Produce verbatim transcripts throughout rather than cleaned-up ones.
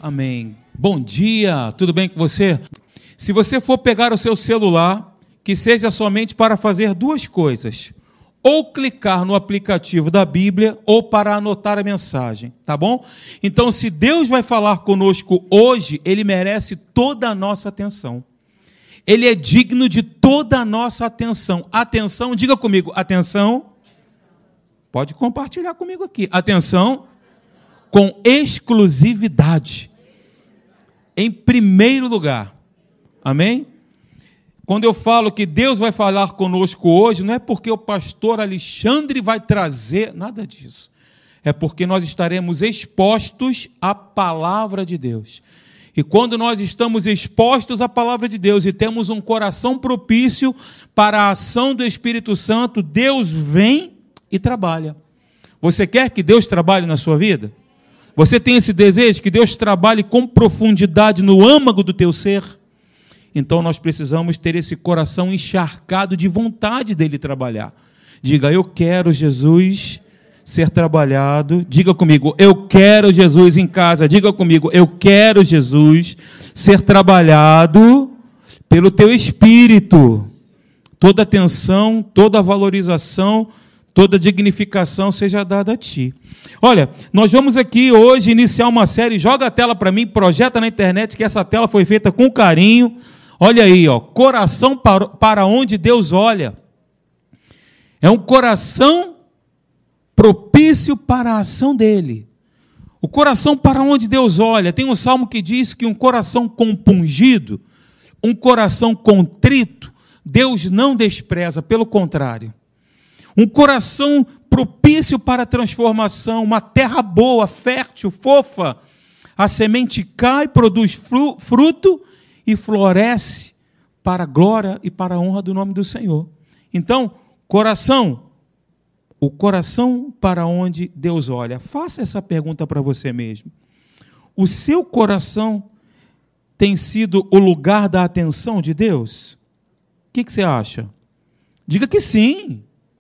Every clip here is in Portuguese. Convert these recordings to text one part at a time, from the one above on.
Amém. Bom dia, tudo bem com você? Se você for pegar o seu celular, que seja somente para fazer duas coisas: ou clicar no aplicativo da Bíblia, ou para anotar a mensagem, tá bom? Então, se Deus vai falar conosco hoje, Ele merece toda a nossa atenção. Ele é digno de toda a nossa atenção. Atenção, diga comigo, atenção. Pode compartilhar comigo aqui. Atenção, com exclusividade. Em primeiro lugar. Amém? Quando eu falo que Deus vai falar conosco hoje, não é porque o pastor Alexandre vai trazer, nada disso. É porque nós estaremos expostos à palavra de Deus. E quando nós estamos expostos à palavra de Deus e temos um coração propício para a ação do Espírito Santo, Deus vem e trabalha. Você quer que Deus trabalhe na sua vida? Você tem esse desejo que Deus trabalhe com profundidade no âmago do teu ser? Então nós precisamos ter esse coração encharcado de vontade dele trabalhar. Diga, eu quero Jesus ser trabalhado. Diga comigo, eu quero Jesus em casa. Diga comigo, eu quero Jesus ser trabalhado pelo teu Espírito. Toda atenção, toda valorização, toda dignificação seja dada a ti. Olha, nós vamos aqui hoje iniciar uma série. Joga a tela para mim, projeta na internet, que essa tela foi feita com carinho. Olha aí, ó, coração para, para onde Deus olha. É um coração propício para a ação dele. O coração para onde Deus olha. Tem um salmo que diz que um coração compungido, um coração contrito, Deus não despreza, pelo contrário. Um coração propício para a transformação, uma terra boa, fértil, fofa. A semente cai, produz fruto e floresce para a glória e para a honra do nome do Senhor. Então, coração, o coração para onde Deus olha. Faça essa pergunta para você mesmo. O seu coração tem sido o lugar da atenção de Deus? O que, que você acha? Diga que sim.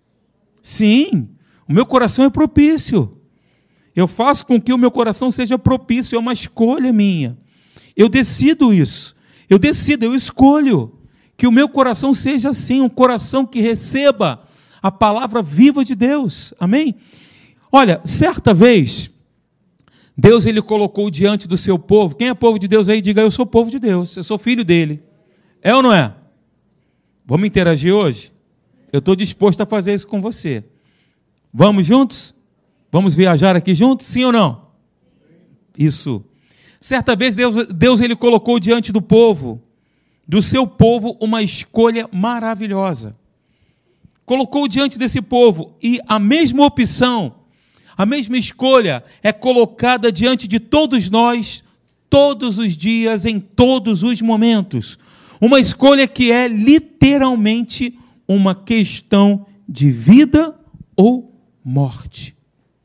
Sim, o meu coração é propício. Eu faço com que o meu coração seja propício, é uma escolha minha. Eu decido isso. Eu decido, eu escolho que o meu coração seja assim, um coração que receba a palavra viva de Deus. Amém? Olha, certa vez, Deus ele colocou diante do seu povo. Quem é povo de Deus aí? Diga, eu sou povo de Deus, eu sou filho dele. É ou não é? Vamos interagir hoje? Eu estou disposto a fazer isso com você. Vamos juntos? Vamos viajar aqui juntos? Sim ou não? Isso. Certa vez Deus, Deus ele colocou diante do povo, do seu povo, uma escolha maravilhosa. Colocou diante desse povo e a mesma opção, a mesma escolha é colocada diante de todos nós, todos os dias, em todos os momentos. Uma escolha que é literalmente uma questão de vida ou morte.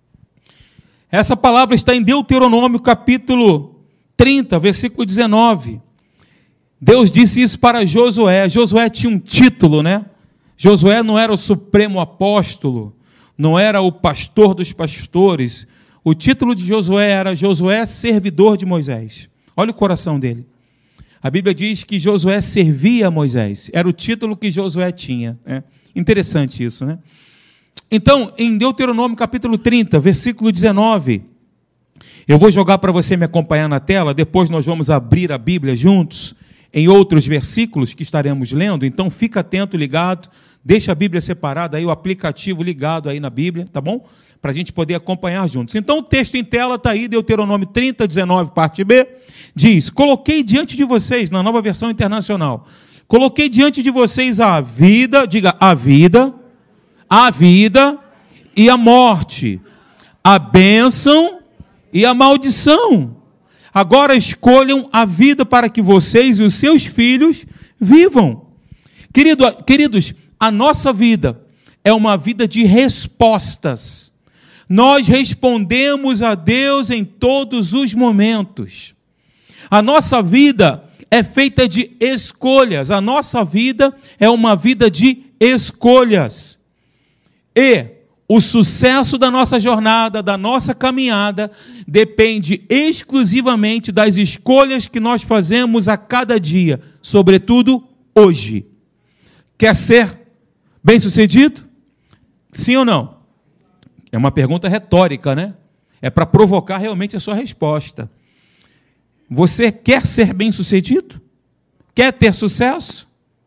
Essa palavra está em Deuteronômio, capítulo trinta, versículo dezenove. Deus disse isso para Josué. Josué tinha um título, né? Josué não era o supremo apóstolo, não era o pastor dos pastores. O título de Josué era Josué, servidor de Moisés. Olha o coração dele. A Bíblia diz que Josué servia a Moisés. Era o título que Josué tinha. Né? Interessante isso, né? Então, em Deuteronômio capítulo trinta, versículo dezenove, eu vou jogar para você me acompanhar na tela, depois nós vamos abrir a Bíblia juntos, em outros versículos que estaremos lendo, então fica atento, ligado, deixa a Bíblia separada, aí o aplicativo ligado aí na Bíblia, tá bom? Para a gente poder acompanhar juntos. Então o texto em tela está aí, Deuteronômio trinta, dezenove, parte B, diz, coloquei diante de vocês, na nova versão internacional, coloquei diante de vocês a vida, diga, a vida, a vida e a morte, a bênção e a maldição. Agora escolham a vida para que vocês e os seus filhos vivam. Querido, queridos, a nossa vida é uma vida de respostas. Nós respondemos a Deus em todos os momentos. A nossa vida é feita de escolhas. A nossa vida é uma vida de escolhas. E O sucesso da nossa jornada, da nossa caminhada, depende exclusivamente das escolhas que nós fazemos a cada dia, sobretudo hoje. Quer ser bem-sucedido? Sim ou não? É uma pergunta retórica, né? É para provocar realmente a sua resposta. Você quer ser bem-sucedido? Quer ter sucesso?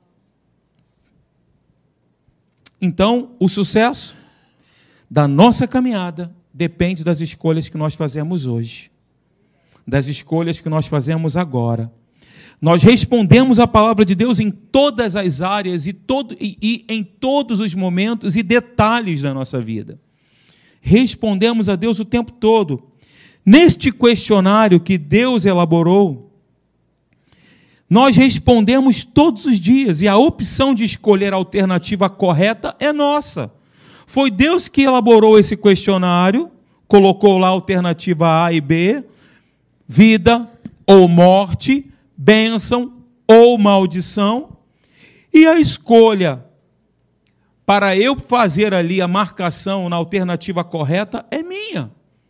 Então, o sucesso da nossa caminhada depende das escolhas que nós fazemos hoje, das escolhas que nós fazemos agora. Nós respondemos a palavra de Deus em todas as áreas e, todo, e, e em todos os momentos e detalhes da nossa vida. Respondemos a Deus o tempo todo. Neste questionário que Deus elaborou, nós respondemos todos os dias e a opção de escolher a alternativa correta é nossa. Foi Deus que elaborou esse questionário, colocou lá a alternativa A e B, vida ou morte, bênção ou maldição, e a escolha para eu fazer ali a marcação na alternativa correta é minha.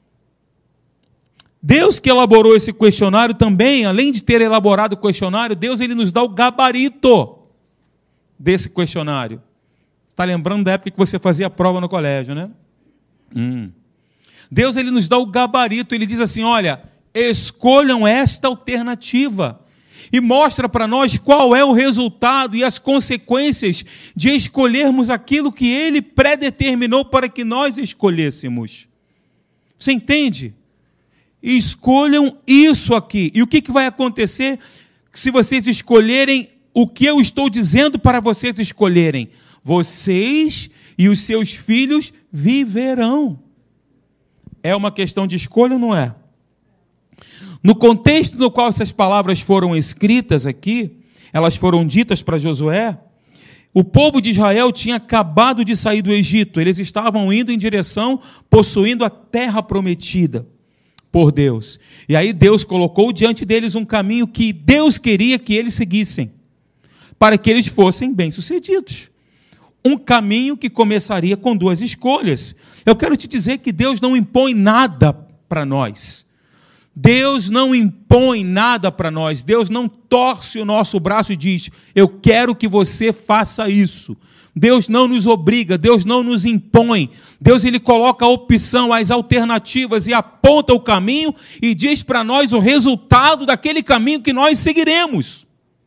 Deus que elaborou esse questionário também, além de ter elaborado o questionário, Deus ele nos dá o gabarito desse questionário. Está lembrando da época que você fazia a prova no colégio, né? Hum. Deus ele nos dá o gabarito, ele diz assim, olha, escolham esta alternativa. E mostra para nós qual é o resultado e as consequências de escolhermos aquilo que Ele predeterminou para que nós escolhêssemos. Você entende? Escolham isso aqui. E o que vai acontecer se vocês escolherem o que eu estou dizendo para vocês escolherem? Vocês e os seus filhos viverão. É uma questão de escolha ou não é? No contexto no qual essas palavras foram escritas aqui, elas foram ditas para Josué, o povo de Israel tinha acabado de sair do Egito, eles estavam indo em direção, possuindo a terra prometida por Deus. E aí Deus colocou diante deles um caminho que Deus queria que eles seguissem, para que eles fossem bem-sucedidos. Um caminho que começaria com duas escolhas. Eu quero te dizer que Deus não impõe nada para nós. Deus não impõe nada para nós, Deus não torce o nosso braço e diz, eu quero que você faça isso. Deus não nos obriga, Deus não nos impõe. Deus ele coloca a opção, as alternativas e aponta o caminho e diz para nós o resultado daquele caminho que nós seguiremos.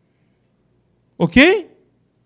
Ok?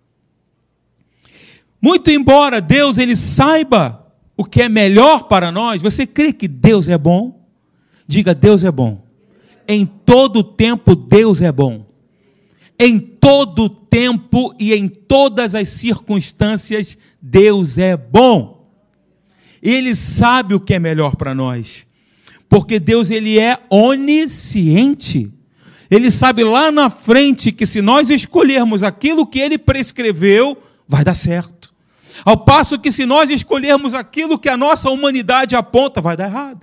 Muito embora Deus ele saiba o que é melhor para nós, você crê que Deus é bom? Diga, Deus é bom. Em todo tempo, Deus é bom. Em todo tempo e em todas as circunstâncias, Deus é bom. Ele sabe o que é melhor para nós. Porque Deus ele é onisciente. Ele sabe lá na frente que se nós escolhermos aquilo que Ele prescreveu, vai dar certo. Ao passo que se nós escolhermos aquilo que a nossa humanidade aponta, vai dar errado.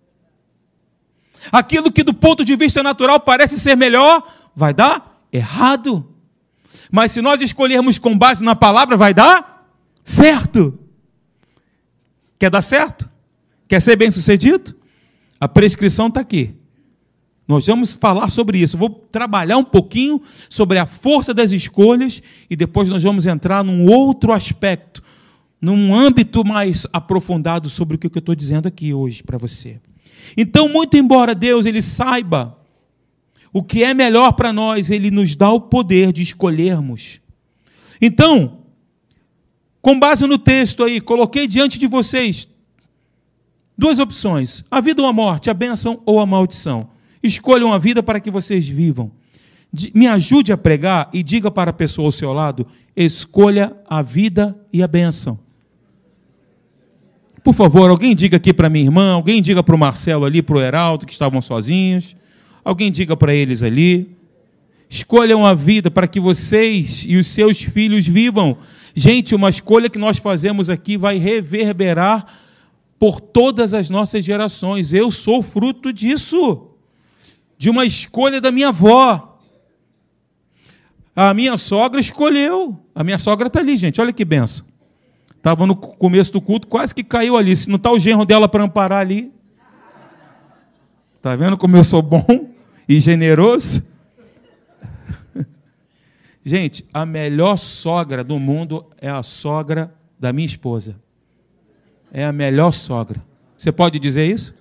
Aquilo que do ponto de vista natural parece ser melhor, vai dar errado. Mas se nós escolhermos com base na palavra, vai dar certo. Quer dar certo? Quer ser bem-sucedido? A prescrição está aqui. Nós vamos falar sobre isso. Eu vou trabalhar um pouquinho sobre a força das escolhas e depois nós vamos entrar num outro aspecto, num âmbito mais aprofundado sobre o que eu estou dizendo aqui hoje para você. Então, muito embora Deus ele saiba o que é melhor para nós, Ele nos dá o poder de escolhermos. Então, com base no texto aí, coloquei diante de vocês duas opções, a vida ou a morte, a bênção ou a maldição. Escolham a vida para que vocês vivam. Me ajude a pregar e diga para a pessoa ao seu lado, escolha a vida e a bênção. Por favor, alguém diga aqui para minha irmã, alguém diga para o Marcelo ali, para o Heraldo, que estavam sozinhos. Alguém diga para eles ali. Escolham a vida para que vocês e os seus filhos vivam. Gente, uma escolha que nós fazemos aqui vai reverberar por todas as nossas gerações. Eu sou fruto disso. De uma escolha da minha avó. A minha sogra escolheu. A minha sogra está ali, gente. Olha que benção. Estava no começo do culto, quase que caiu ali. Se não está o genro dela para amparar ali. Está vendo como eu sou bom e generoso? Gente, a melhor sogra do mundo é a sogra da minha esposa. É a melhor sogra. Você pode dizer isso?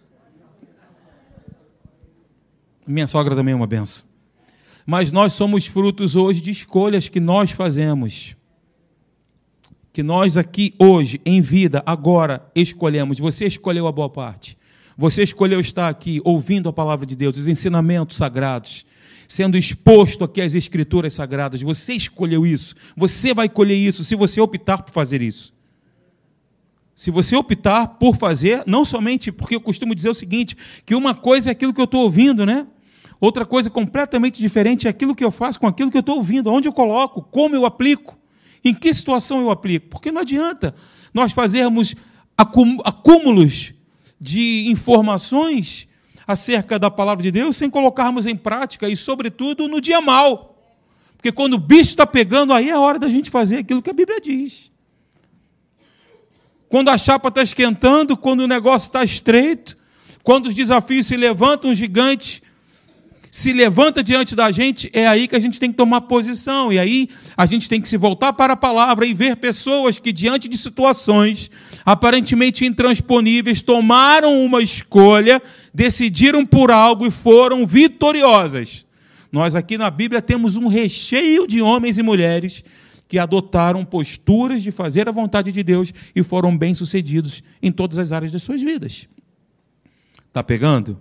Minha sogra também é uma benção. Mas nós somos frutos hoje de escolhas que nós fazemos. Que nós aqui hoje, em vida, agora, escolhemos. Você escolheu a boa parte. Você escolheu estar aqui ouvindo a palavra de Deus, os ensinamentos sagrados, sendo exposto aqui às Escrituras Sagradas. Você escolheu isso. Você vai colher isso se você optar por fazer isso. Se você optar por fazer, não somente porque eu costumo dizer o seguinte, que uma coisa é aquilo que eu estou ouvindo, né? Outra coisa completamente diferente é aquilo que eu faço com aquilo que eu estou ouvindo, onde eu coloco, como eu aplico, em que situação eu aplico. Porque não adianta nós fazermos acúmulos de informações acerca da palavra de Deus sem colocarmos em prática e, sobretudo, no dia mal. Porque quando o bicho está pegando, aí é a hora da gente fazer aquilo que a Bíblia diz. Quando a chapa está esquentando, quando o negócio está estreito, quando os desafios se levantam, um gigante se levanta diante da gente, é aí que a gente tem que tomar posição. E aí a gente tem que se voltar para a palavra e ver pessoas que, diante de situações aparentemente intransponíveis, tomaram uma escolha, decidiram por algo e foram vitoriosas. Nós aqui na Bíblia temos um recheio de homens e mulheres que adotaram posturas de fazer a vontade de Deus e foram bem-sucedidos em todas as áreas das suas vidas. Está pegando?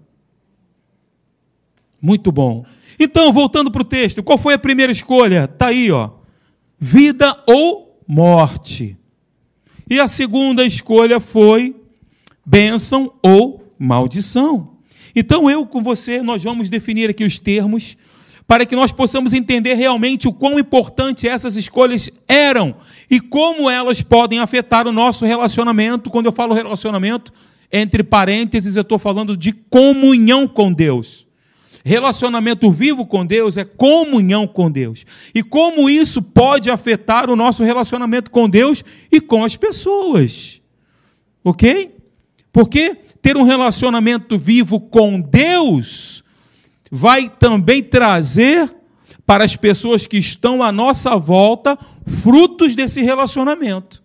Muito bom. Então, voltando para o texto, qual foi a primeira escolha? Está aí, ó. Vida ou morte. E a segunda escolha foi bênção ou maldição. Então, eu com você, nós vamos definir aqui os termos para que nós possamos entender realmente o quão importante essas escolhas eram e como elas podem afetar o nosso relacionamento. Quando eu falo relacionamento, entre parênteses, eu estou falando de comunhão com Deus. Relacionamento vivo com Deus é comunhão com Deus. E como isso pode afetar o nosso relacionamento com Deus e com as pessoas. Ok? Porque ter um relacionamento vivo com Deus vai também trazer para as pessoas que estão à nossa volta frutos desse relacionamento.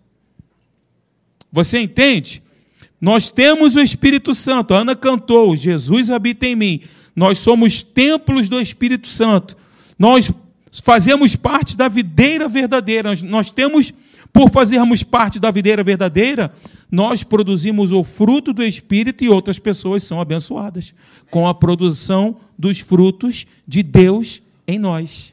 Você entende? Nós temos o Espírito Santo. A Ana cantou, Jesus habita em mim. Nós somos templos do Espírito Santo. Nós fazemos parte da videira verdadeira. Nós, nós temos, por fazermos parte da videira verdadeira, nós produzimos o fruto do Espírito e outras pessoas são abençoadas com a produção dos frutos de Deus em nós.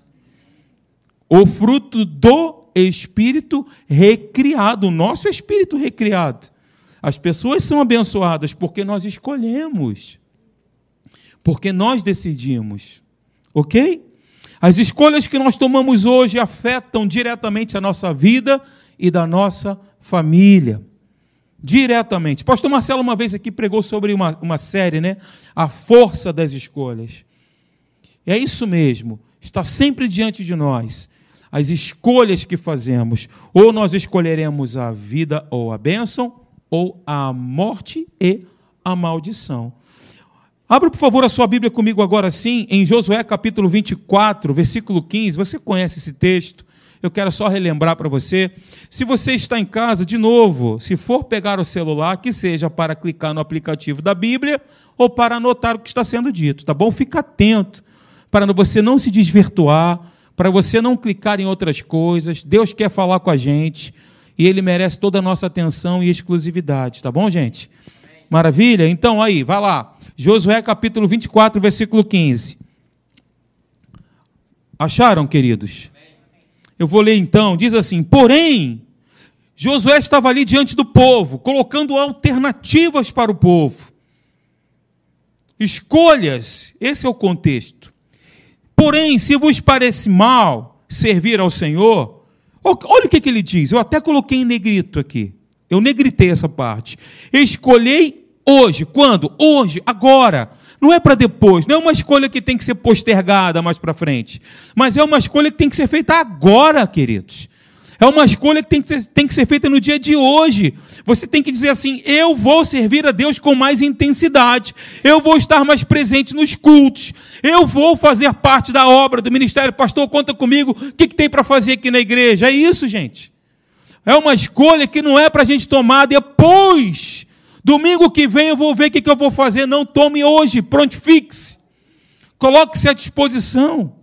O fruto do Espírito recriado, o nosso Espírito recriado. As pessoas são abençoadas porque nós escolhemos, porque nós decidimos, ok? As escolhas que nós tomamos hoje afetam diretamente a nossa vida e da nossa família. Diretamente. Pastor Marcelo uma vez aqui pregou sobre uma, uma série, né? A força das escolhas. É isso mesmo. Está sempre diante de nós. As escolhas que fazemos. Ou nós escolheremos a vida ou a bênção, ou a morte e a maldição. Abra, por favor, a sua Bíblia comigo agora sim, em Josué capítulo vinte e quatro, versículo quinze. Você conhece esse texto? Eu quero só relembrar para você. Se você está em casa, de novo, se for pegar o celular, que seja para clicar no aplicativo da Bíblia ou para anotar o que está sendo dito, tá bom? Fica atento para você não se desvirtuar, para você não clicar em outras coisas. Deus quer falar com a gente e Ele merece toda a nossa atenção e exclusividade, tá bom, gente? Maravilha? Então, aí, vai lá. Josué capítulo vinte e quatro, versículo quinze. Acharam, queridos? Eu vou ler então, diz assim: porém, Josué estava ali diante do povo, colocando alternativas para o povo. Escolhas, esse é o contexto. Porém, se vos parece mal servir ao Senhor, olha o que, que ele diz, eu até coloquei em negrito aqui, eu negritei essa parte. Escolhei hoje, quando? Hoje, agora. Não é para depois, não é uma escolha que tem que ser postergada mais para frente, mas é uma escolha que tem que ser feita agora, queridos. É uma escolha que tem que ser, tem que ser feita no dia de hoje. Você tem que dizer assim: eu vou servir a Deus com mais intensidade, eu vou estar mais presente nos cultos, eu vou fazer parte da obra, do ministério. Pastor, conta comigo, o que, que tem para fazer aqui na igreja? É isso, gente. É uma escolha que não é para a gente tomar depois. Domingo que vem eu vou ver o que, que eu vou fazer. Não tome hoje, prontifique-se. Coloque-se à disposição.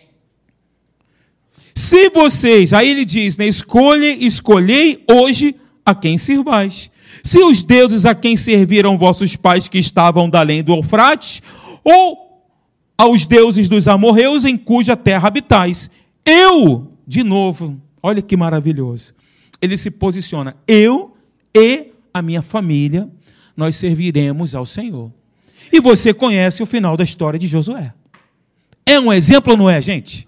Se vocês, aí ele diz, né, escolhe, escolhei hoje a quem servais. Se os deuses a quem serviram vossos pais que estavam da além do Eufrates, ou aos deuses dos amorreus em cuja terra habitais. Eu, de novo, olha que maravilhoso. Ele se posiciona, eu e a minha família, nós serviremos ao Senhor. E você conhece o final da história de Josué. É um exemplo ou não é, gente?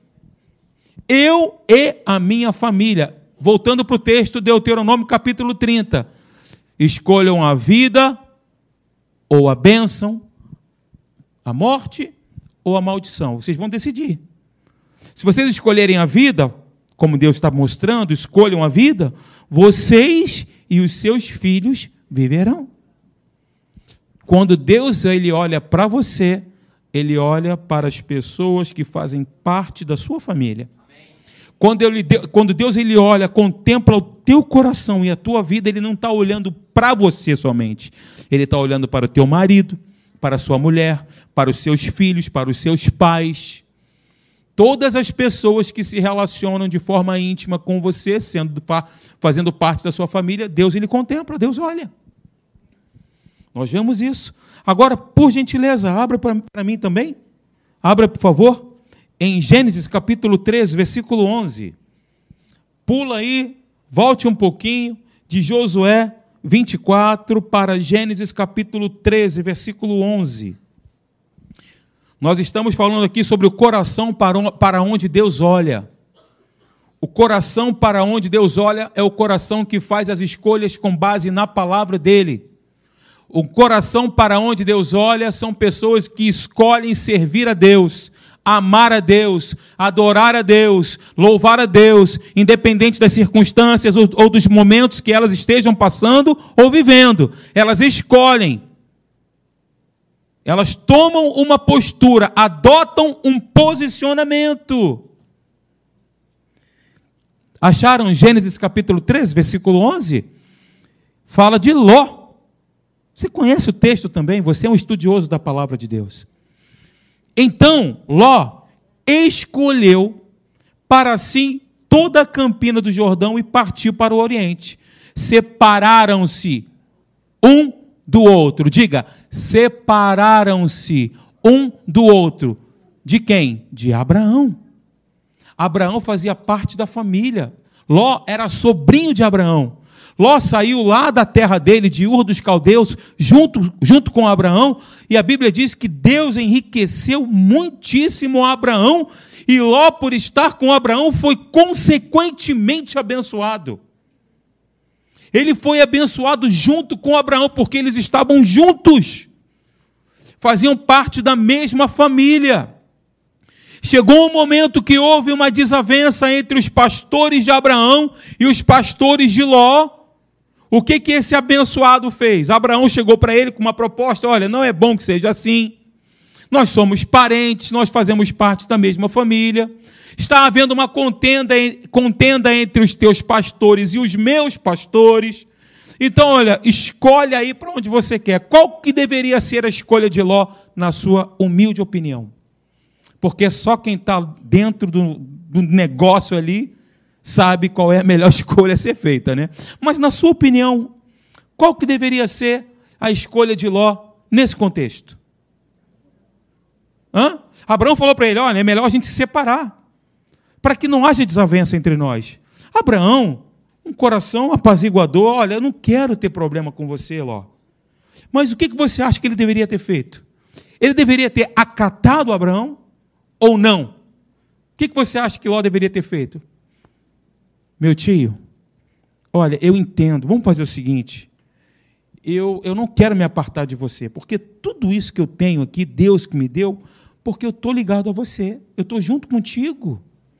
Eu e a minha família. Voltando para o texto, Deuteronômio capítulo trinta. Escolham a vida ou a bênção, a morte ou a maldição. Vocês vão decidir. Se vocês escolherem a vida, como Deus está mostrando, escolham a vida, vocês e os seus filhos viverão. Quando Deus ele olha para você, Ele olha para as pessoas que fazem parte da sua família. Quando, ele, quando Deus ele olha, contempla o teu coração e a tua vida, Ele não está olhando para você somente. Ele está olhando para o teu marido, para a sua mulher, para os seus filhos, para os seus pais. Todas as pessoas que se relacionam de forma íntima com você, sendo, fazendo parte da sua família, Deus ele contempla, Deus olha. Nós vemos isso. Agora, por gentileza, abra para mim também. Abra, por favor, em Gênesis capítulo treze, versículo onze. Pula aí, volte um pouquinho, de Josué vinte e quatro para Gênesis capítulo treze, versículo onze. Nós estamos falando aqui sobre o coração para onde Deus olha. O coração para onde Deus olha é o coração que faz as escolhas com base na palavra dEle. O coração para onde Deus olha são pessoas que escolhem servir a Deus, amar a Deus, adorar a Deus, louvar a Deus, independente das circunstâncias ou, ou dos momentos que elas estejam passando ou vivendo. Elas escolhem. Elas tomam uma postura, adotam um posicionamento. Acharam Gênesis capítulo treze, versículo onze? Fala de Ló. Você conhece o texto também? Você é um estudioso da palavra de Deus. Então, Ló escolheu para si toda a campina do Jordão e partiu para o Oriente. Separaram-se um do outro. Diga, separaram-se um do outro. De quem? De Abraão. Abraão fazia parte da família. Ló era sobrinho de Abraão. Ló saiu lá da terra dele, de Ur dos Caldeus, junto, junto com Abraão, e a Bíblia diz que Deus enriqueceu muitíssimo Abraão, e Ló, por estar com Abraão, foi consequentemente abençoado. Ele foi abençoado junto com Abraão, porque eles estavam juntos, faziam parte da mesma família. Chegou um momento que houve uma desavença entre os pastores de Abraão e os pastores de Ló. O que que esse abençoado fez? Abraão chegou para ele com uma proposta: olha, não é bom que seja assim. Nós somos parentes, nós fazemos parte da mesma família. Está havendo uma contenda, contenda entre os teus pastores e os meus pastores. Então, olha, escolhe aí para onde você quer. Qual que deveria ser a escolha de Ló, na sua humilde opinião? Porque só quem está dentro do, do negócio ali sabe qual é a melhor escolha a ser feita, né? Mas, na sua opinião, qual que deveria ser a escolha de Ló nesse contexto? Hã? Abraão falou para ele: olha, é melhor a gente se separar, para que não haja desavença entre nós. Abraão, um coração apaziguador: olha, eu não quero ter problema com você, Ló. Mas o que você acha que ele deveria ter feito? Ele deveria ter acatado Abraão ou não? O que você acha que Ló deveria ter feito? Meu tio, olha, eu entendo, vamos fazer o seguinte, eu, eu não quero me apartar de você, porque tudo isso que eu tenho aqui, Deus que me deu, porque eu estou ligado a você, eu estou junto contigo.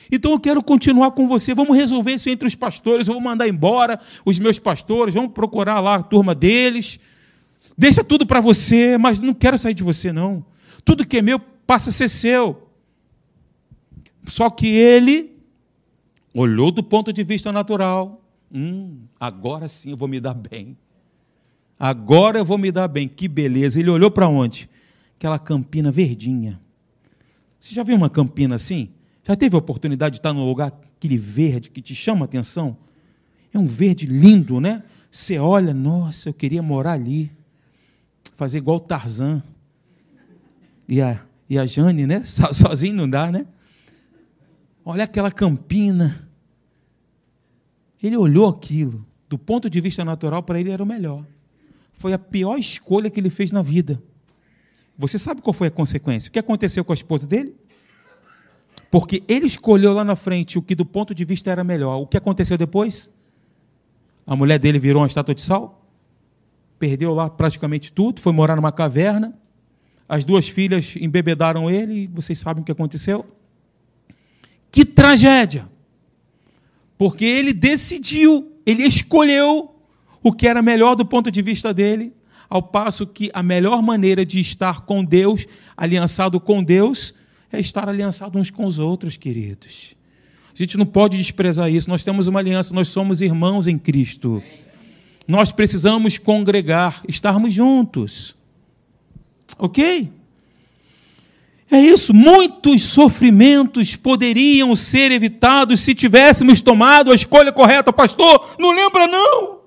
Então eu quero continuar com você, vamos resolver isso entre os pastores, eu vou mandar embora os meus pastores, vamos procurar lá a turma deles, deixa tudo para você, mas não quero sair de você não, tudo que é meu passa a ser seu. Só que ele olhou do ponto de vista natural, hum, agora sim eu vou me dar bem, agora eu vou me dar bem, que beleza. Ele olhou para onde? Aquela campina verdinha. Você já viu uma campina assim? Já teve a oportunidade de estar num lugar, aquele verde que te chama a atenção? É um verde lindo, né? Você olha, nossa, eu queria morar ali, fazer igual o Tarzan. E a, e a Jane, né? Sozinho não dá, né? Olha aquela campina. Ele olhou aquilo, do ponto de vista natural, para ele era o melhor. Foi a pior escolha que ele fez na vida. Você sabe qual foi a consequência? O que aconteceu com a esposa dele? Porque ele escolheu lá na frente o que do ponto de vista era melhor. O que aconteceu depois? A mulher dele virou uma estátua de sal, perdeu lá praticamente tudo, foi morar numa caverna, as duas filhas embebedaram ele, e vocês sabem o que aconteceu? Que tragédia! Porque ele decidiu, ele escolheu o que era melhor do ponto de vista dele, ao passo que a melhor maneira de estar com Deus, aliançado com Deus, é estar aliançado uns com os outros, queridos. A gente não pode desprezar isso, nós temos uma aliança, nós somos irmãos em Cristo. Nós precisamos congregar, estarmos juntos. Ok? É isso, muitos sofrimentos poderiam ser evitados se tivéssemos tomado a escolha correta. Pastor, não lembra não?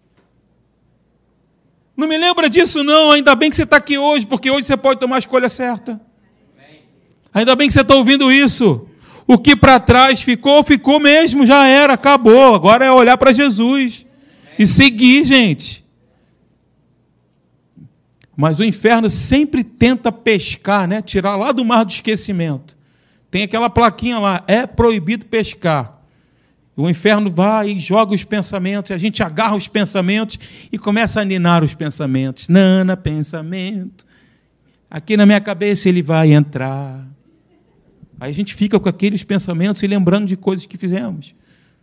Não me lembra disso não, ainda bem que você está aqui hoje, porque hoje você pode tomar a escolha certa. Ainda bem que você está ouvindo isso. O que para trás ficou, ficou mesmo, já era, acabou. Agora é olhar para Jesus e seguir, gente. Mas o inferno sempre tenta pescar, né? Tirar lá do mar do esquecimento. Tem aquela plaquinha lá, é proibido pescar. O inferno vai e joga os pensamentos, a gente agarra os pensamentos e começa a ninar os pensamentos. Nana, pensamento. Aqui na minha cabeça ele vai entrar. Aí a gente fica com aqueles pensamentos e lembrando de coisas que fizemos.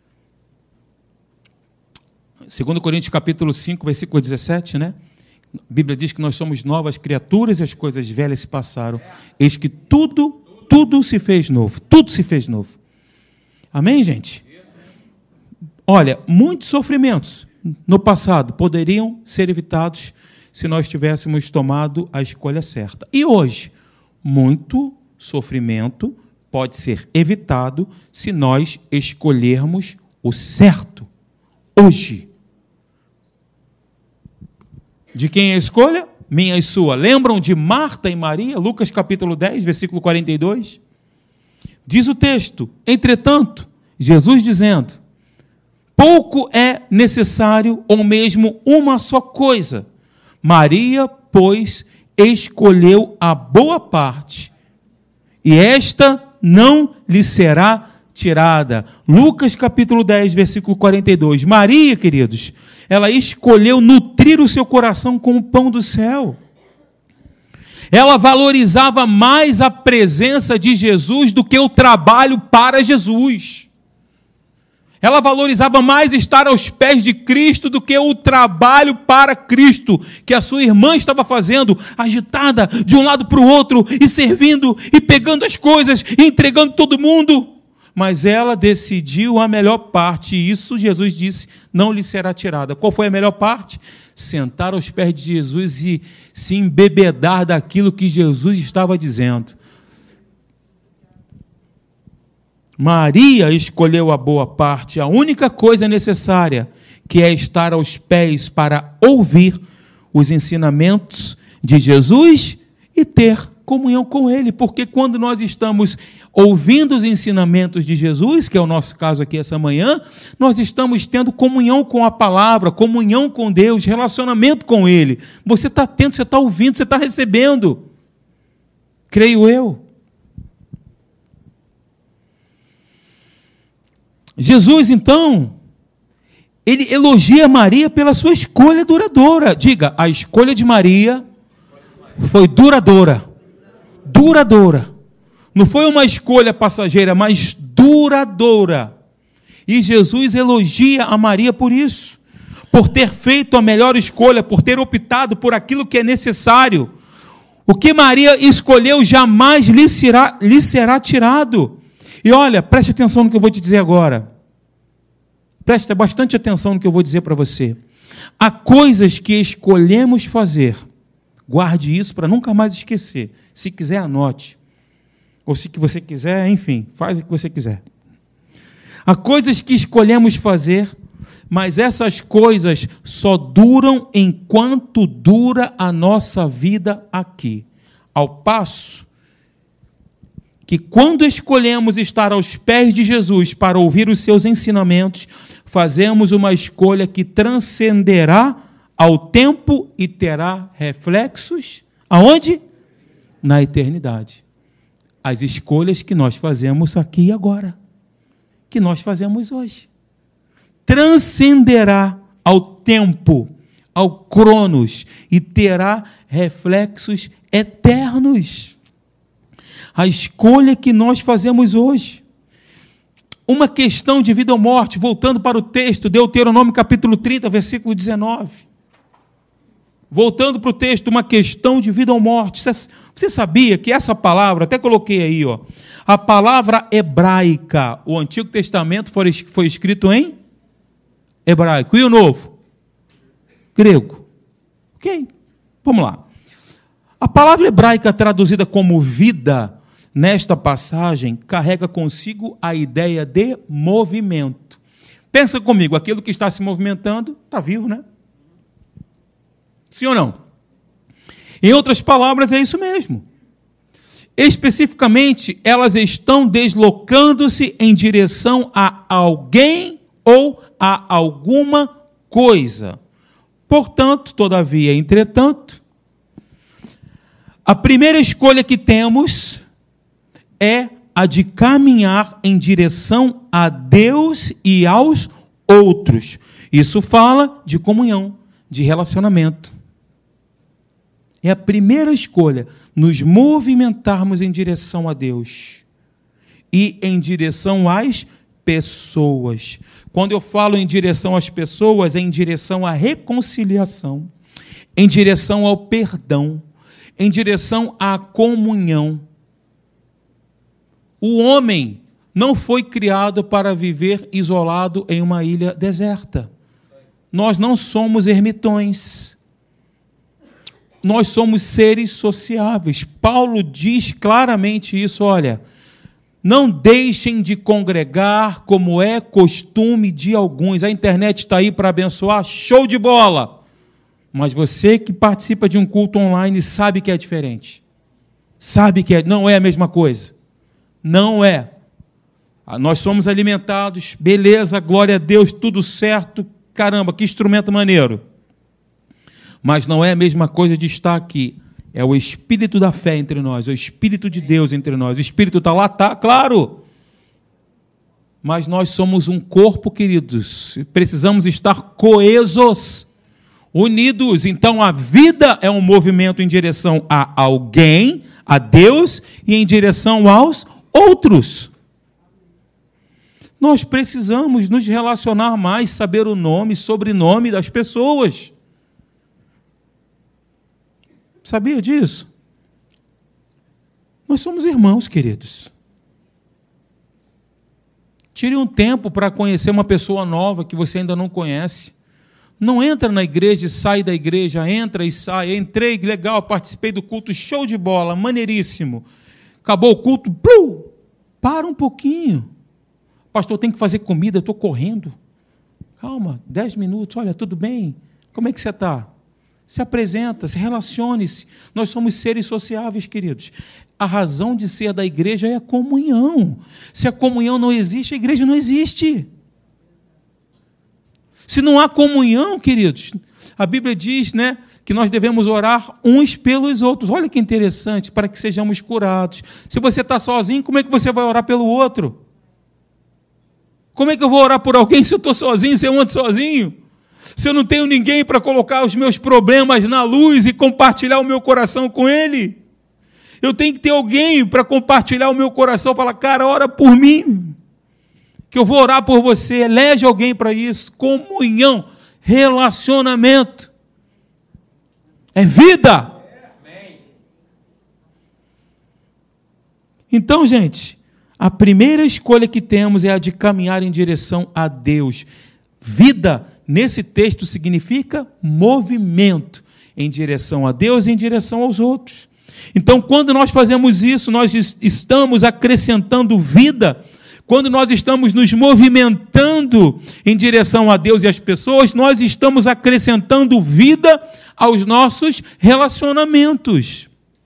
Segundo Coríntios capítulo cinco, versículo dezessete, né? A Bíblia diz que nós somos novas criaturas e as coisas velhas se passaram. Eis que tudo, tudo se fez novo. Tudo se fez novo. Amém, gente? Olha, muitos sofrimentos no passado poderiam ser evitados se nós tivéssemos tomado a escolha certa. E hoje, muito sofrimento pode ser evitado se nós escolhermos o certo. Hoje. De quem é a escolha? Minha e sua. Lembram de Marta e Maria? Lucas capítulo dez, versículo quarenta e dois. Diz o texto, entretanto, Jesus dizendo, pouco é necessário, ou mesmo uma só coisa. Maria, pois, escolheu a boa parte, e esta não lhe será tirada. Lucas capítulo dez, versículo quarenta e dois. Maria, queridos, ela escolheu nutrir o seu coração com o pão do céu. Ela valorizava mais a presença de Jesus do que o trabalho para Jesus. Ela valorizava mais estar aos pés de Cristo do que o trabalho para Cristo, que a sua irmã estava fazendo, agitada de um lado para o outro, e servindo, e pegando as coisas, e entregando todo mundo. Mas ela decidiu a melhor parte, e isso Jesus disse, não lhe será tirada. Qual foi a melhor parte? Sentar aos pés de Jesus e se embebedar daquilo que Jesus estava dizendo. Maria escolheu a boa parte, a única coisa necessária, que é estar aos pés para ouvir os ensinamentos de Jesus e ter comunhão com Ele, porque quando nós estamos ouvindo os ensinamentos de Jesus, que é o nosso caso aqui essa manhã, nós estamos tendo comunhão com a palavra, comunhão com Deus, relacionamento com Ele. Você está tendo, você está ouvindo, você está recebendo. Creio eu. Jesus, então, ele elogia Maria pela sua escolha duradoura. Diga, a escolha de Maria foi duradoura. Duradoura. Não foi uma escolha passageira, mas duradoura. E Jesus elogia a Maria por isso, por ter feito a melhor escolha, por ter optado por aquilo que é necessário. O que Maria escolheu jamais lhe será, lhe será tirado. E olha, preste atenção no que eu vou te dizer agora. Preste bastante atenção no que eu vou dizer para você. Há coisas que escolhemos fazer. Guarde isso para nunca mais esquecer. Se quiser, anote. Ou se que você quiser, enfim, faz o que você quiser. Há coisas que escolhemos fazer, mas essas coisas só duram enquanto dura a nossa vida aqui. Ao passo que quando escolhemos estar aos pés de Jesus para ouvir os seus ensinamentos, fazemos uma escolha que transcenderá ao tempo e terá reflexos aonde? Na eternidade. As escolhas que nós fazemos aqui e agora, que nós fazemos hoje, transcenderá ao tempo, ao cronos, e terá reflexos eternos. A escolha que nós fazemos hoje, uma questão de vida ou morte, voltando para o texto, Deuteronômio capítulo trinta, versículo dezenove. Voltando para o texto, uma questão de vida ou morte. Você sabia que essa palavra, até coloquei aí, ó, a palavra hebraica, o Antigo Testamento foi, foi escrito em hebraico, e o Novo? Grego. Ok, vamos lá. A palavra hebraica traduzida como vida, nesta passagem, carrega consigo a ideia de movimento. Pensa comigo, aquilo que está se movimentando está vivo, né? Sim ou não? Em outras palavras, é isso mesmo. Especificamente, elas estão deslocando-se em direção a alguém ou a alguma coisa. Portanto, todavia, entretanto, a primeira escolha que temos é a de caminhar em direção a Deus e aos outros. Isso fala de comunhão, de relacionamento. É a primeira escolha, nos movimentarmos em direção a Deus e em direção às pessoas. Quando eu falo em direção às pessoas, é em direção à reconciliação, em direção ao perdão, em direção à comunhão. O homem não foi criado para viver isolado em uma ilha deserta. Nós não somos ermitões. Nós somos seres sociáveis. Paulo diz claramente isso, olha, não deixem de congregar como é costume de alguns. A internet está aí para abençoar, show de bola. Mas você que participa de um culto online sabe que é diferente. Sabe que é, não é a mesma coisa. Não é. Nós somos alimentados, beleza, glória a Deus, tudo certo. Caramba, que instrumento maneiro. Mas não é a mesma coisa de estar aqui. É o Espírito da fé entre nós, é o Espírito de Deus entre nós. O Espírito está lá, está, claro. Mas nós somos um corpo, queridos. Precisamos estar coesos, unidos. Então a vida é um movimento em direção a alguém, a Deus, e em direção aos outros. Nós precisamos nos relacionar mais, saber o nome, sobrenome das pessoas. Sabia disso? Nós somos irmãos, queridos. Tire um tempo para conhecer uma pessoa nova que você ainda não conhece. Não entra na igreja e sai da igreja, entra e sai. Entrei, legal, participei do culto, show de bola, maneiríssimo. Acabou o culto, plum, para um pouquinho. Pastor, tem que fazer comida, eu estou correndo. Calma, dez minutos, olha, tudo bem? Como é que você está? Se apresenta, se relacione-se. Nós somos seres sociáveis, queridos. A razão de ser da igreja é a comunhão. Se a comunhão não existe, a igreja não existe. Se não há comunhão, queridos, a Bíblia diz, né, que nós devemos orar uns pelos outros. Olha que interessante, para que sejamos curados. Se você está sozinho, como é que você vai orar pelo outro? Como é que eu vou orar por alguém se eu estou sozinho, se eu ando sozinho? Se eu não tenho ninguém para colocar os meus problemas na luz e compartilhar o meu coração com ele? Eu tenho que ter alguém para compartilhar o meu coração, falar, cara, ora por mim. que eu vou orar por você. Elege alguém para isso. Comunhão, relacionamento. É vida. Então, gente, a primeira escolha que temos é a de caminhar em direção a Deus. Vida, nesse texto, significa movimento em direção a Deus e em direção aos outros. Então, quando nós fazemos isso, nós estamos acrescentando vida. Quando nós estamos nos movimentando em direção a Deus e às pessoas, nós estamos acrescentando vida aos nossos relacionamentos.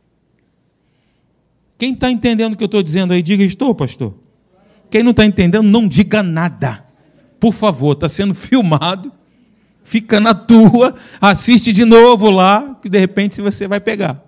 Quem está entendendo o que eu estou dizendo aí, diga estou, pastor. Quem não está entendendo, não diga nada. Por favor, está sendo filmado, fica na tua, assiste de novo lá, que de repente você vai pegar.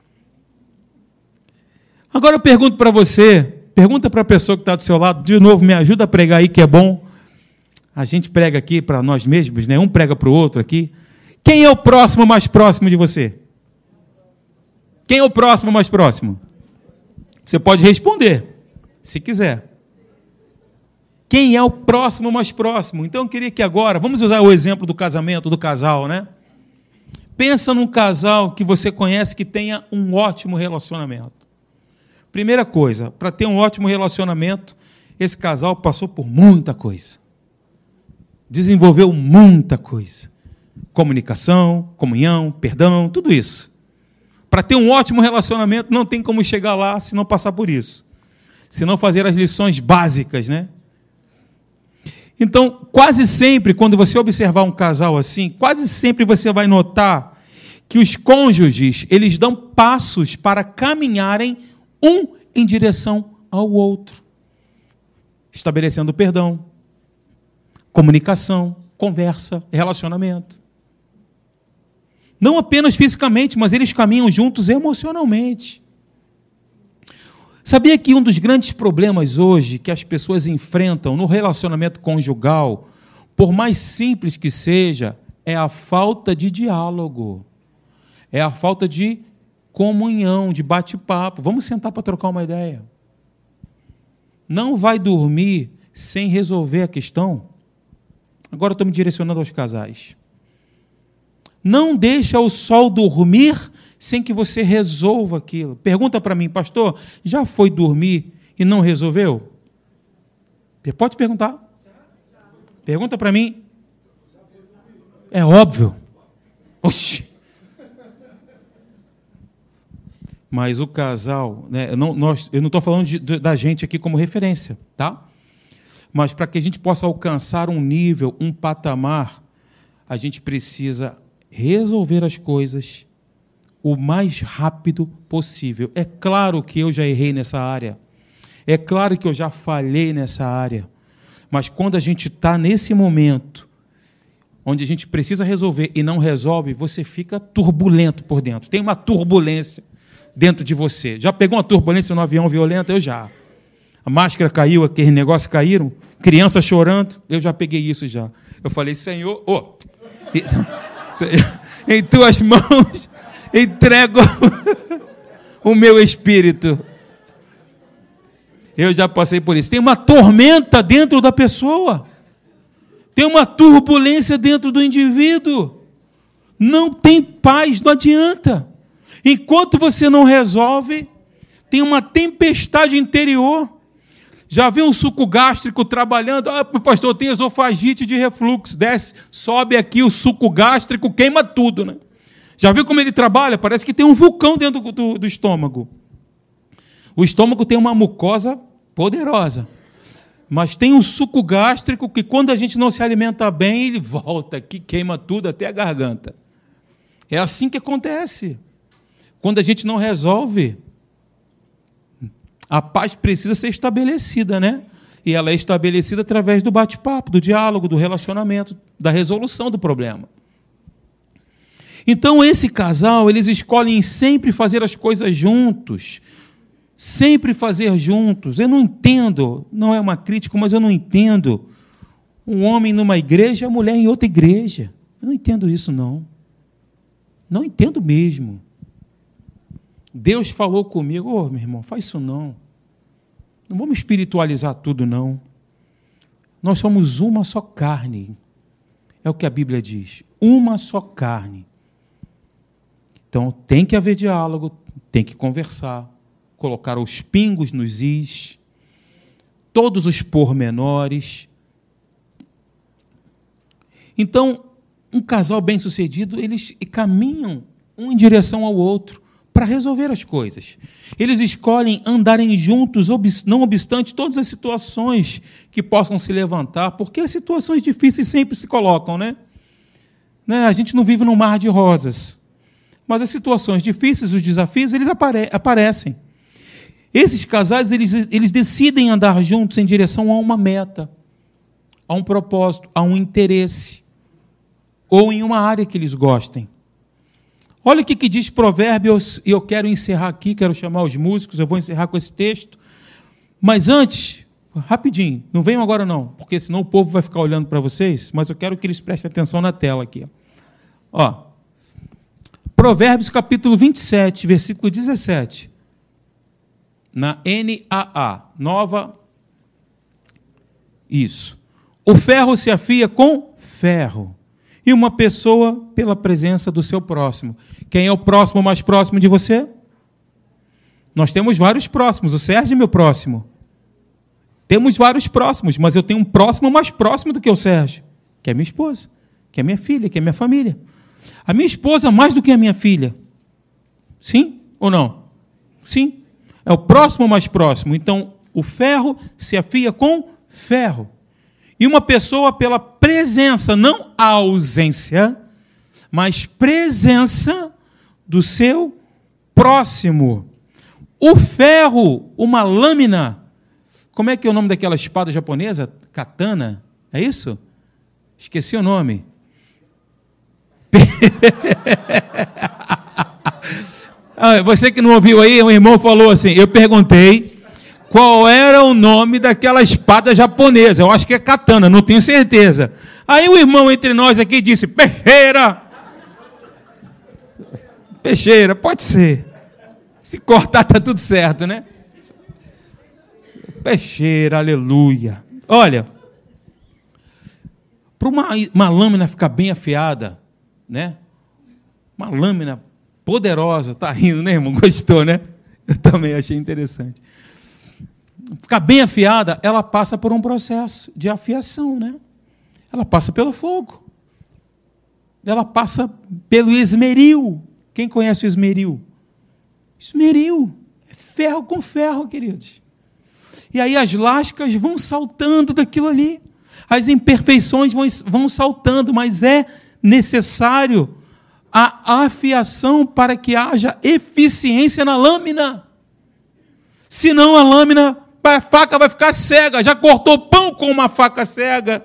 Agora eu pergunto para você, pergunta para a pessoa que está do seu lado, de novo, me ajuda a pregar aí, que é bom. A gente prega aqui para nós mesmos, né? Um prega para o outro aqui. Quem é o próximo mais próximo de você? Quem é o próximo mais próximo? Você pode responder, se quiser. Quem é o próximo mais próximo? Então eu queria que agora, vamos usar o exemplo do casamento, do casal, né? Pensa num casal que você conhece que tenha um ótimo relacionamento. Primeira coisa, para ter um ótimo relacionamento, esse casal passou por muita coisa. Desenvolveu muita coisa. Comunicação, comunhão, perdão, tudo isso. Para ter um ótimo relacionamento, não tem como chegar lá se não passar por isso. Se não fazer as lições básicas, né? Então, quase sempre, quando você observar um casal assim, quase sempre você vai notar que os cônjuges, eles dão passos para caminharem um em direção ao outro. Estabelecendo perdão, comunicação, conversa, relacionamento. Não apenas fisicamente, mas eles caminham juntos emocionalmente. Sabia que um dos grandes problemas hoje que as pessoas enfrentam no relacionamento conjugal, por mais simples que seja, é a falta de diálogo, é a falta de comunhão, de bate-papo. Vamos sentar para trocar uma ideia. Não vai dormir sem resolver a questão. Agora eu estou me direcionando aos casais. Não deixa o sol dormir sem que você resolva aquilo. Pergunta para mim, pastor, já foi dormir e não resolveu? Pode perguntar. Pergunta para mim. É óbvio. Oxi. Mas o casal, né, não, nós, eu não estou falando de, de, da gente aqui como referência, tá? Mas para que a gente possa alcançar um nível, um patamar, a gente precisa resolver as coisas o mais rápido possível. É claro que eu já errei nessa área, é claro que eu já falhei nessa área, mas quando a gente está nesse momento, onde a gente precisa resolver e não resolve, você fica turbulento por dentro, tem uma turbulência dentro de você. Já pegou uma turbulência no avião violenta? Eu já. A máscara caiu, aqueles negócios caíram, criança chorando, eu já peguei isso já. Eu falei, Senhor, oh, em tuas mãos entrego o meu espírito. Eu já passei por isso. Tem uma tormenta dentro da pessoa. Tem uma turbulência dentro do indivíduo. Não tem paz, não adianta. Enquanto você não resolve, tem uma tempestade interior. Já viu um suco gástrico trabalhando? Ah, pastor, tem esofagite de refluxo. Desce, sobe aqui o suco gástrico, queima tudo, né? Já viu como ele trabalha? Parece que tem um vulcão dentro do, do, do estômago. O estômago tem uma mucosa poderosa. Mas tem um suco gástrico que, quando a gente não se alimenta bem, ele volta aqui, queima tudo até a garganta. É assim que acontece. Quando a gente não resolve, a paz precisa ser estabelecida, né? E ela é estabelecida através do bate-papo, do diálogo, do relacionamento, da resolução do problema. Então, esse casal, eles escolhem sempre fazer as coisas juntos, sempre fazer juntos. Eu não entendo, não é uma crítica, mas eu não entendo um homem numa igreja e a mulher em outra igreja. Eu não entendo isso, não. Não entendo mesmo. Deus falou comigo, ô, oh, meu irmão, faz isso não. Não vamos espiritualizar tudo, não. Nós somos uma só carne. É o que a Bíblia diz. Uma só carne. Então, tem que haver diálogo, tem que conversar, colocar os pingos nos is, todos os pormenores. Então, um casal bem-sucedido, eles caminham um em direção ao outro para resolver as coisas. Eles escolhem andarem juntos, não obstante todas as situações que possam se levantar, porque as situações difíceis sempre se colocam, né? né? A gente não vive num mar de rosas. Mas as situações difíceis, os desafios, eles apare- aparecem. Esses casais, eles, eles decidem andar juntos em direção a uma meta, a um propósito, a um interesse, ou em uma área que eles gostem. Olha o que, que diz Provérbios, e eu quero encerrar aqui, quero chamar os músicos, eu vou encerrar com esse texto. Mas antes, rapidinho, não venham agora não, porque senão o povo vai ficar olhando para vocês, mas eu quero que eles prestem atenção na tela aqui. Ó. Provérbios capítulo vinte e sete, versículo dezessete. Na N A A, nova. Isso. O ferro se afia com ferro, e uma pessoa pela presença do seu próximo. Quem é o próximo mais próximo de você? Nós temos vários próximos. O Sérgio é meu próximo. Temos vários próximos, mas eu tenho um próximo mais próximo do que o Sérgio, que é minha esposa, que é minha filha, que é minha família. A minha esposa mais do que a minha filha. Sim ou não? Sim. É o próximo mais próximo. Então, o ferro se afia com ferro. E uma pessoa pela presença, não a ausência, mas presença do seu próximo. O ferro, uma lâmina. Como é que é o nome daquela espada japonesa? Katana? É isso? Esqueci o nome. Você que não ouviu aí, um irmão falou assim, eu perguntei qual era o nome daquela espada japonesa, eu acho que é katana, não tenho certeza. Aí o irmão entre nós aqui disse, peixeira, peixeira, pode ser, se cortar está tudo certo, né? Peixeira, aleluia. Olha, para uma, uma lâmina ficar bem afiada, né? Uma lâmina poderosa, tá rindo, né, irmão? Gostou, né? Eu também achei interessante. Ficar bem afiada, ela passa por um processo de afiação, né? Ela passa pelo fogo. Ela passa pelo esmeril. Quem conhece o esmeril? Esmeril. É ferro com ferro, queridos. E aí as lascas vão saltando daquilo ali. As imperfeições vão, vão saltando, mas é necessário a afiação para que haja eficiência na lâmina. Senão a lâmina, a faca vai ficar cega. Já cortou pão com uma faca cega?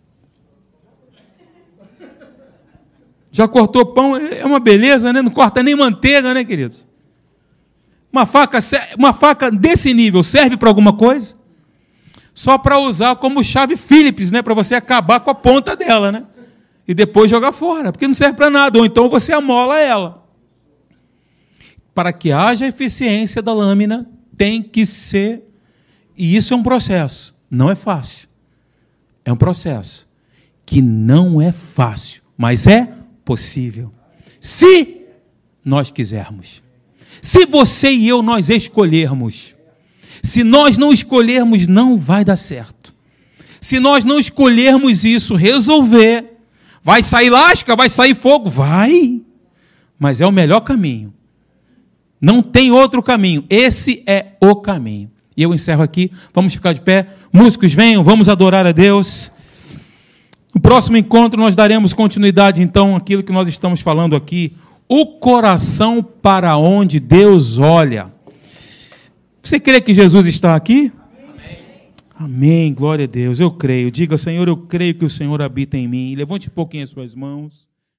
Já cortou pão, é uma beleza, né? Não corta nem manteiga, né, queridos? Uma faca, uma faca desse nível serve para alguma coisa? Só para usar como chave Phillips, né? Para você acabar com a ponta dela, né? E depois jogar fora, porque não serve para nada. Ou então você amola ela. Para que haja eficiência da lâmina, tem que ser... E isso é um processo. Não é fácil. É um processo que não é fácil, mas é possível. Se nós quisermos. Se você e eu, nós escolhermos. Se nós não escolhermos, não vai dar certo. Se nós não escolhermos isso, resolver... Vai sair lasca, vai sair fogo? Vai. Mas é o melhor caminho. Não tem outro caminho. Esse é o caminho. E eu encerro aqui. Vamos ficar de pé. Músicos, venham. Vamos adorar a Deus. No próximo encontro nós daremos continuidade, então, àquilo que nós estamos falando aqui. O coração para onde Deus olha. Você crê que Jesus está aqui? Amém, glória a Deus, eu creio. Diga, Senhor, eu creio que o Senhor habita em mim. Levante um pouquinho as suas mãos.